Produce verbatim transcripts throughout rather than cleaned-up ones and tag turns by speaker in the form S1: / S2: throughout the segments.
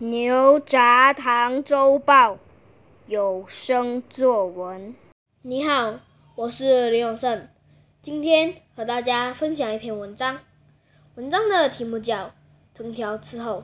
S1: 牛轧糖周报有声作文。
S2: 你好，我是林永胜，今天和大家分享一篇文章。文章的题目叫《藤条伺候》。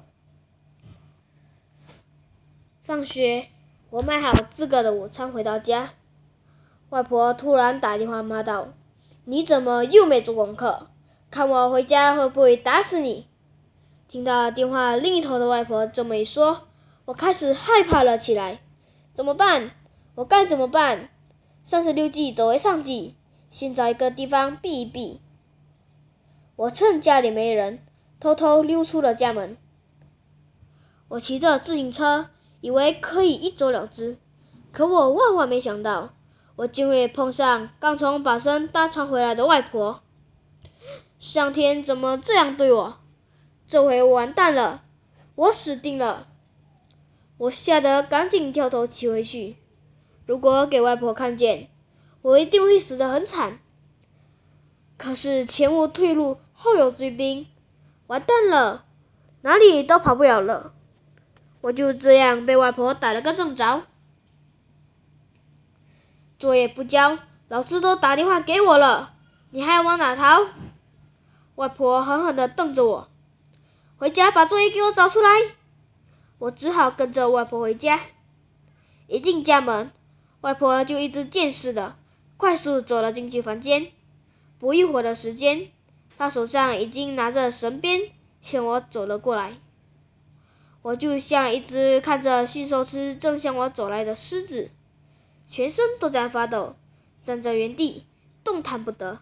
S2: 放学，我买好自个的午餐回到家，外婆突然打电话骂道：“你怎么又没做功课？看我回家会不会打死你！”听到电话另一头的外婆这么一说，我开始害怕了起来。怎么办？我该怎么办？三十六计，走为上计，先找一个地方避一避。我趁家里没人，偷偷溜出了家门。我骑着自行车，以为可以一走了之，可我万万没想到，我竟会碰上刚从巴生搭船回来的外婆。上天怎么这样对我？这回我完蛋了，我死定了！我吓得赶紧掉头骑回去。如果给外婆看见，我一定会死得很惨。可是前无退路，后有追兵，完蛋了，哪里都跑不了了。我就这样被外婆逮了个正着。作业不交，老师都打电话给我了，你还往哪逃？外婆狠狠地瞪着我。回家把作业给我找出来！我只好跟着外婆回家。一进家门，外婆就一直见识的快速走了进去房间。不一会儿的时间，她手上已经拿着绳鞭向我走了过来。我就像一只看着驯兽师正向我走来的狮子，全身都在发抖，站在原地动弹不得。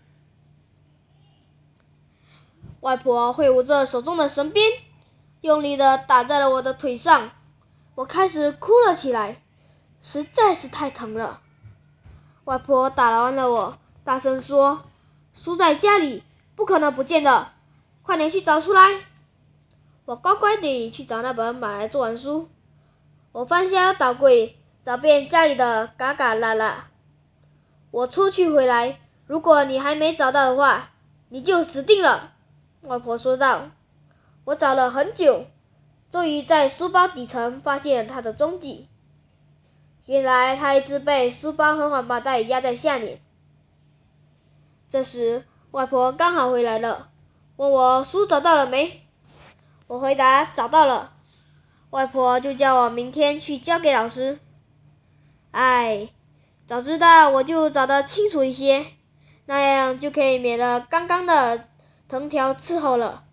S2: 外婆挥舞着手中的绳鞭，用力地打在了我的腿上，我开始哭了起来，实在是太疼了。外婆打完了我，大声说：“书在家里，不可能不见的，快点去找出来！”我乖乖地去找那本买来作文书，我翻箱倒柜，找遍家里的旮旮旯旯。我出去回来，如果你还没找到的话，你就死定了。外婆说道。我找了很久，终于在书包底层发现了他的踪迹。原来他一直被书包和环保袋压在下面。这时外婆刚好回来了，问我书找到了没。我回答找到了。外婆就叫我明天去交给老师。唉，早知道我就找得清楚一些，那样就可以免了刚刚的藤条伺候了。